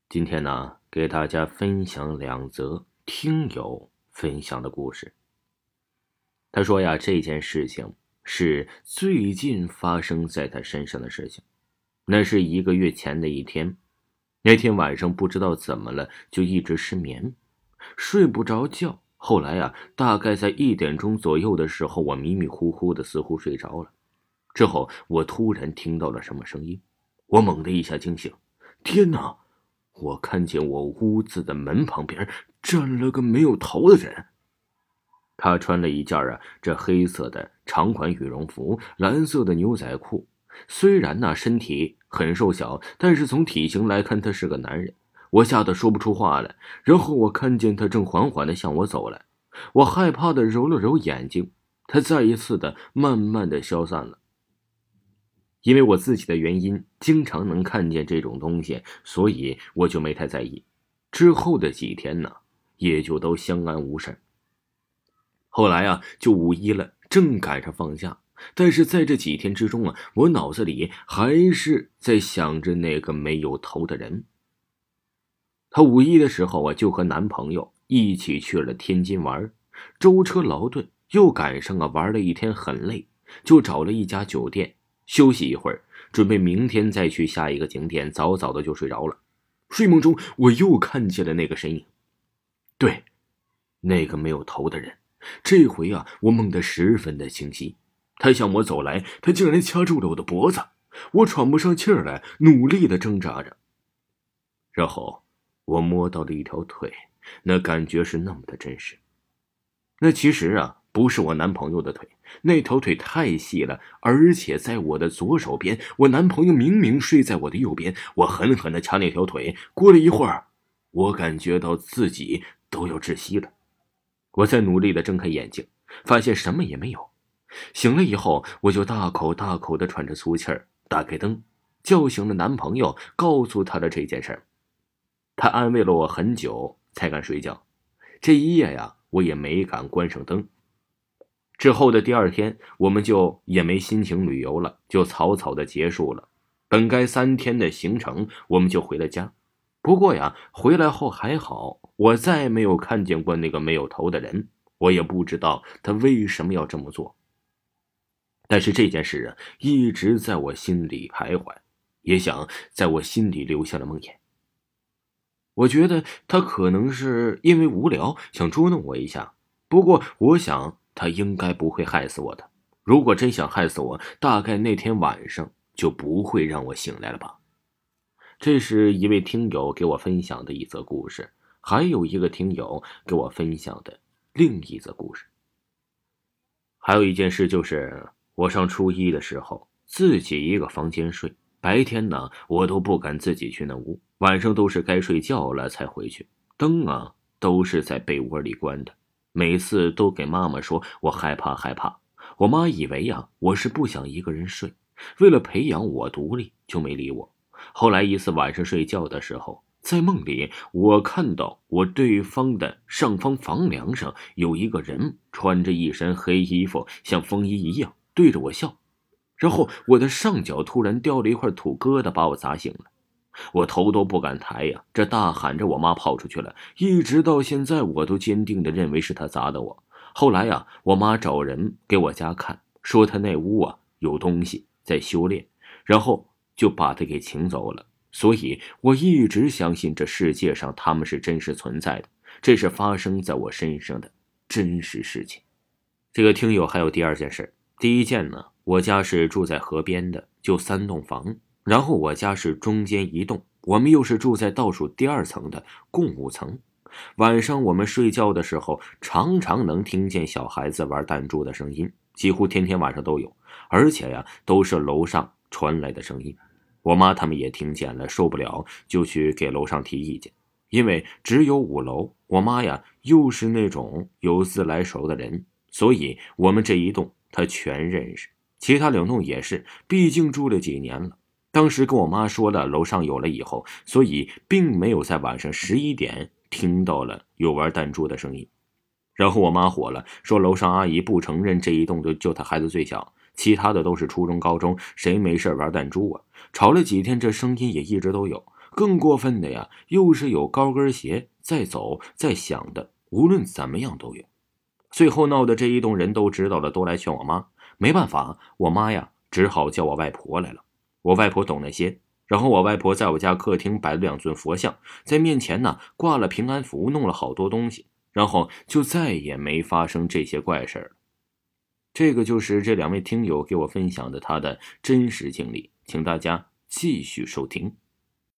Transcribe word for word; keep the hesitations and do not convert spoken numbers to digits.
今天呢，给大家分享两则听友分享的故事。他说呀，这件事情是最近发生在他身上的事情。那是一个月前的一天，那天晚上不知道怎么了，就一直失眠，睡不着觉。后来啊，大概在一点钟左右的时候，我迷迷糊糊的似乎睡着了。之后我突然听到了什么声音，我猛地一下惊醒。天哪！我看见我屋子的门旁边站了个没有头的人。他穿了一件啊，这黑色的长款羽绒服，蓝色的牛仔裤。虽然那身体很瘦小，但是从体型来看，他是个男人。我吓得说不出话来。然后我看见他正缓缓地向我走来，我害怕地揉了揉眼睛，他再一次的慢慢地消散了。因为我自己的原因，经常能看见这种东西，所以我就没太在意。之后的几天呢，也就都相安无事。后来啊，就五一了，正赶上放假，但是在这几天之中啊，我脑子里还是在想着那个没有头的人。她五一的时候啊，就和男朋友一起去了天津玩，舟车劳顿，又赶上啊玩了一天很累，就找了一家酒店休息一会儿，准备明天再去下一个景点，早早的就睡着了。睡梦中我又看见了那个身影，对，那个没有头的人。这回啊，我梦得十分的清晰。他向我走来，他竟然掐住了我的脖子，我喘不上气儿来，努力的挣扎着。然后我摸到了一条腿，那感觉是那么的真实。那其实啊，不是我男朋友的腿，那条腿太细了，而且在我的左手边，我男朋友明明睡在我的右边。我狠狠地掐那条腿，过了一会儿，我感觉到自己都要窒息了。我在努力地睁开眼睛，发现什么也没有。醒了以后，我就大口大口地喘着粗气儿，打开灯，叫醒了男朋友，告诉他的这件事儿。他安慰了我很久才敢睡觉。这一夜呀，我也没敢关上灯。之后的第二天，我们就也没心情旅游了，就草草的结束了。本该三天的行程，我们就回了家。不过呀，回来后还好，我再没有看见过那个没有头的人，我也不知道他为什么要这么做。但是这件事啊，一直在我心里徘徊，也想在我心里留下了梦魇。我觉得他可能是因为无聊，想捉弄我一下。不过我想他应该不会害死我的。如果真想害死我，大概那天晚上就不会让我醒来了吧。这是一位听友给我分享的一则故事，还有一个听友给我分享的另一则故事。还有一件事就是，我上初一的时候，自己一个房间睡，白天呢，我都不敢自己去那屋，晚上都是该睡觉了才回去，灯啊都是在被窝里关的。每次都给妈妈说我害怕害怕，我妈以为啊我是不想一个人睡，为了培养我独立就没理我。后来一次晚上睡觉的时候，在梦里我看到我对方的上方房梁上有一个人穿着一身黑衣服，像风衣一样对着我笑。然后我的上脚突然掉了一块土疙瘩，把我砸醒了。我头都不敢抬呀，这大喊着我妈跑出去了，一直到现在我都坚定地认为是她砸的我。后来呀，我妈找人给我家看，说她那屋啊有东西在修炼，然后就把她给请走了。所以我一直相信这世界上他们是真实存在的，这是发生在我身上的真实事情。这个听友还有第二件事。第一件呢，我家是住在河边的，就三栋房，然后我家是中间一栋，我们又是住在倒数第二层的共五层。晚上我们睡觉的时候，常常能听见小孩子玩弹珠的声音，几乎天天晚上都有，而且呀，都是楼上传来的声音。我妈他们也听见了，受不了就去给楼上提意见。因为只有五楼，我妈呀又是那种有自来熟的人，所以我们这一栋她全认识，其他两栋也是，毕竟住了几年了。当时跟我妈说了楼上有了以后，所以并没有在晚上十一点听到了有玩弹珠的声音。然后我妈火了，说楼上阿姨不承认这一栋就就她孩子最小，其他的都是初中高中，谁没事玩弹珠啊？吵了几天，这声音也一直都有， 更过分的呀，又是有高跟鞋在走在响的，无论怎么样都有。最后闹得这一栋人都知道了，都来劝我妈。没办法，我妈呀只好叫我外婆来了。我外婆懂那些，然后我外婆在我家客厅摆了两尊佛像，在面前呢挂了平安符，弄了好多东西，然后就再也没发生这些怪事了。这个就是这两位听友给我分享的他的真实经历，请大家继续收听。